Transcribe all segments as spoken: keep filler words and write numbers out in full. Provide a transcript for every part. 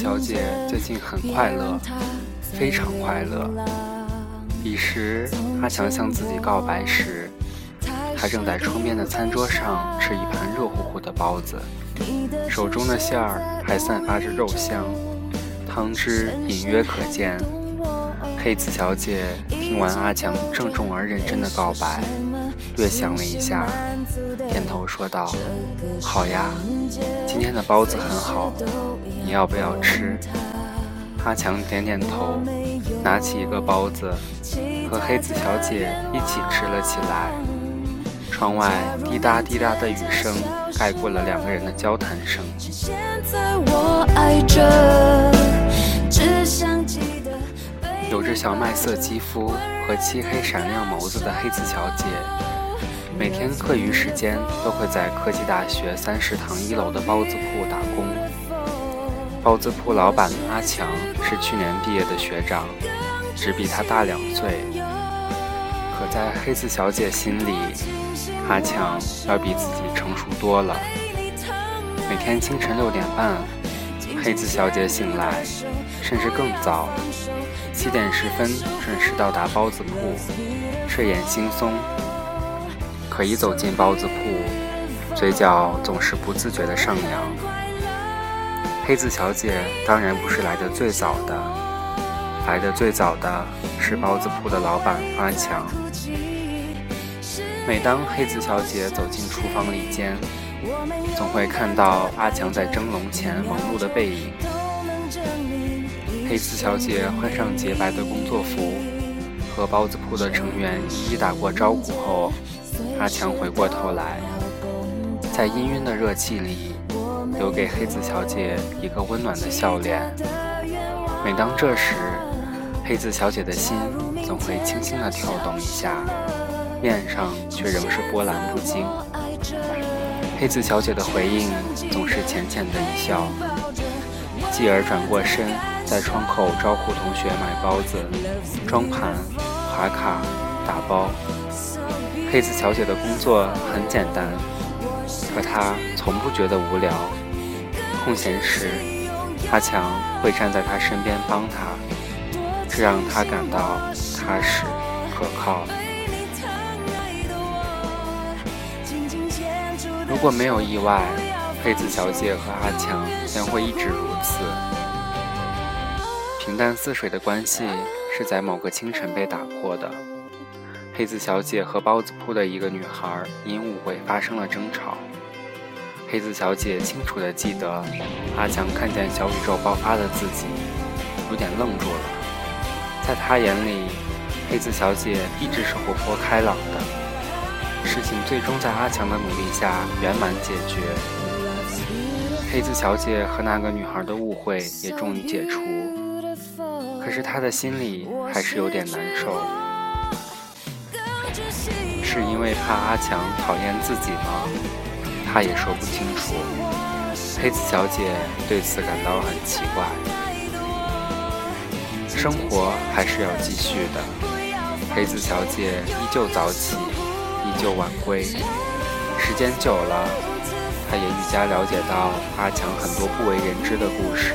小姐最近很快乐，非常快乐。彼时阿强向自己告白时，他正在窗边的餐桌上吃一盘热乎乎的包子，手中的馅儿还散发着肉香，汤汁隐约可见。黑子小姐听完阿强郑重而认真的告白，略想了一下，点头说道：好呀，今天的包子很好，你要不要吃？阿强点点头，拿起一个包子和黑子小姐一起吃了起来。窗外滴答滴答的雨声盖过了两个人的交谈声。现在我爱着只想记得有着小麦色肌肤和漆黑闪亮眸子的黑子小姐，每天课余时间都会在科技大学三食堂一楼的包子铺打工。包子铺老板阿强是去年毕业的学长，只比他大两岁。可在黑子小姐心里，阿强要比自己成熟多了。每天清晨六点半，黑子小姐醒来，甚至更早，七点十分准时到达包子铺，睡眼惺忪。可一走进包子铺，嘴角总是不自觉地上扬。黑子小姐当然不是来得最早的，来得最早的是包子铺的老板阿强。每当黑子小姐走进厨房里间，总会看到阿强在蒸笼前忙碌的背影。黑子小姐换上洁白的工作服，和包子铺的成员一一打过招呼后，阿强回过头来，在氤氲的热气里留给黑子小姐一个温暖的笑脸。每当这时，黑子小姐的心总会轻轻地跳动一下，面上却仍是波澜不惊。黑子小姐的回应总是浅浅的一笑，继而转过身，在窗口招呼同学买包子、装盘、划卡、打包。黑子小姐的工作很简单，可她从不觉得无聊。空闲时，阿强会站在她身边帮她，这让她感到踏实可靠。如果没有意外，黑子小姐和阿强将会一直如此。平淡似水的关系是在某个清晨被打破的。黑子小姐和包子铺的一个女孩因误会发生了争吵。黑子小姐清楚地记得，阿强看见小宇宙爆发的自己，有点愣住了。在他眼里，黑子小姐一直是活泼开朗的。事情最终在阿强的努力下圆满解决，黑子小姐和那个女孩的误会也终于解除。可是她的心里还是有点难受，是因为怕阿强讨厌自己吗？她也说不清楚。黑子小姐对此感到很奇怪。生活还是要继续的，黑子小姐依旧早起，依旧晚归。时间久了，她也愈加了解到阿强很多不为人知的故事。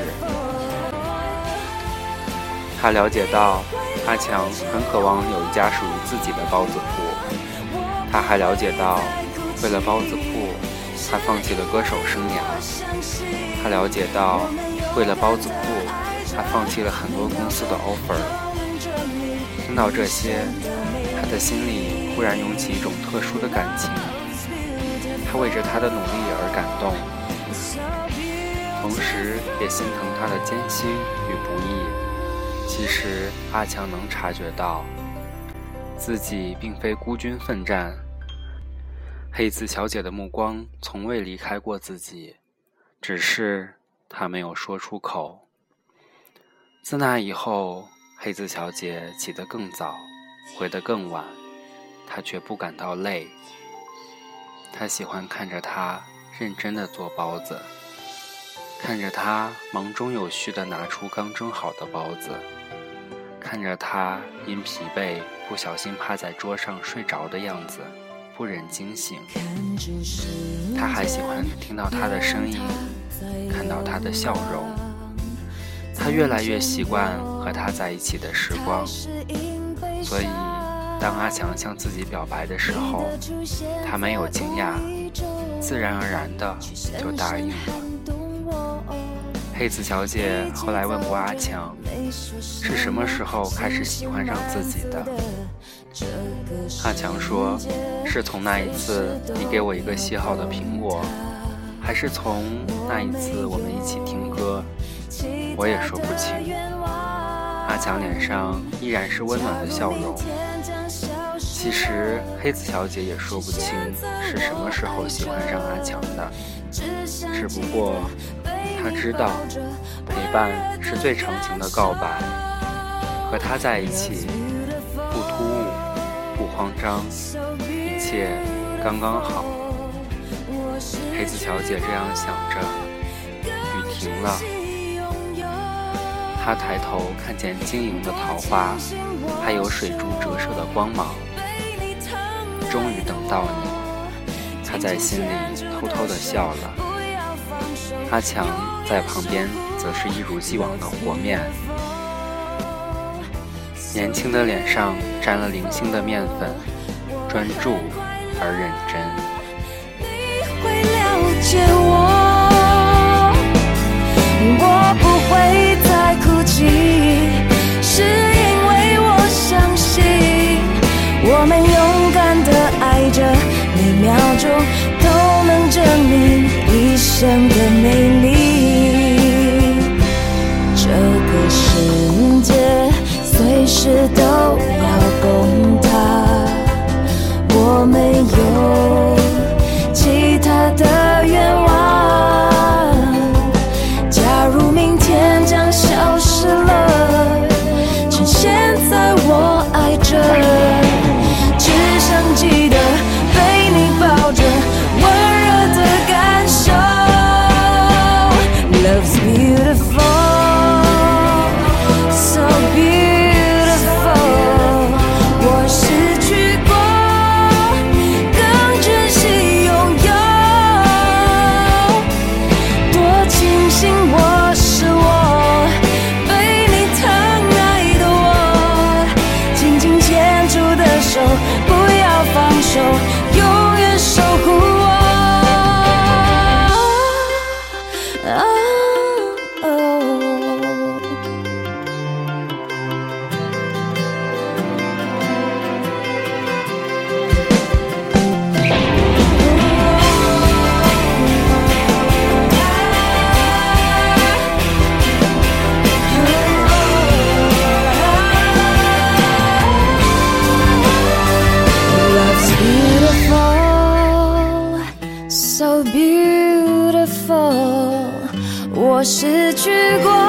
她了解到阿强很渴望有一家属于自己的包子铺。她还了解到，为了包子铺，他放弃了歌手生涯。他了解到，为了包子铺，他放弃了很多公司的 offer。听到这些，他的心里忽然涌起一种特殊的感情。他为着他的努力而感动，同时也心疼他的艰辛与不易。其实阿强能察觉到，自己并非孤军奋战。黑子小姐的目光从未离开过自己，只是她没有说出口。自那以后，黑子小姐起得更早，回得更晚，她却不感到累。她喜欢看着她认真地做包子，看着她忙中有序地拿出刚蒸好的包子，看着她因疲惫不小心趴在桌上睡着的样子，不忍惊醒。他还喜欢听到他的声音，看到他的笑容。 他越来越习惯和他在一起的时光，所以当阿强向自己表白的时候，他没有惊讶，自然而然的就答应了。黑子小姐后来问过阿强，是什么时候开始喜欢上自己的？阿强说，是从那一次你给我一个洗好的苹果，还是从那一次我们一起听歌，我也说不清。阿强脸上依然是温暖的笑容。其实黑子小姐也说不清是什么时候喜欢上阿强的，只不过她知道陪伴是最长情的告白，和他在一起不突兀不慌张，一切刚刚好。黑子小姐这样想着，雨停了，她抬头看见晶莹的桃花，还有水珠折射的光芒。终于等到你，她在心里偷偷地笑了。阿强在旁边则是一如既往的和面，年轻的脸上沾了零星的面粉，专注而认真。 你会了解我，我不会再哭泣，是因为我相信我们勇敢的爱着，每秒钟都能证明一生的美丽。这个世界随时都要崩塌，我没有其他的愿望。假如明天将消失了，趁现在我爱着，只想记得被你抱着，温热的感受。Love's beautiful, so beautiful. 我失去过，更珍惜拥有。多庆幸我是我，被你疼爱的我，紧紧牵住的手，不要放手，永远守护我。啊So beautiful， 我失去过，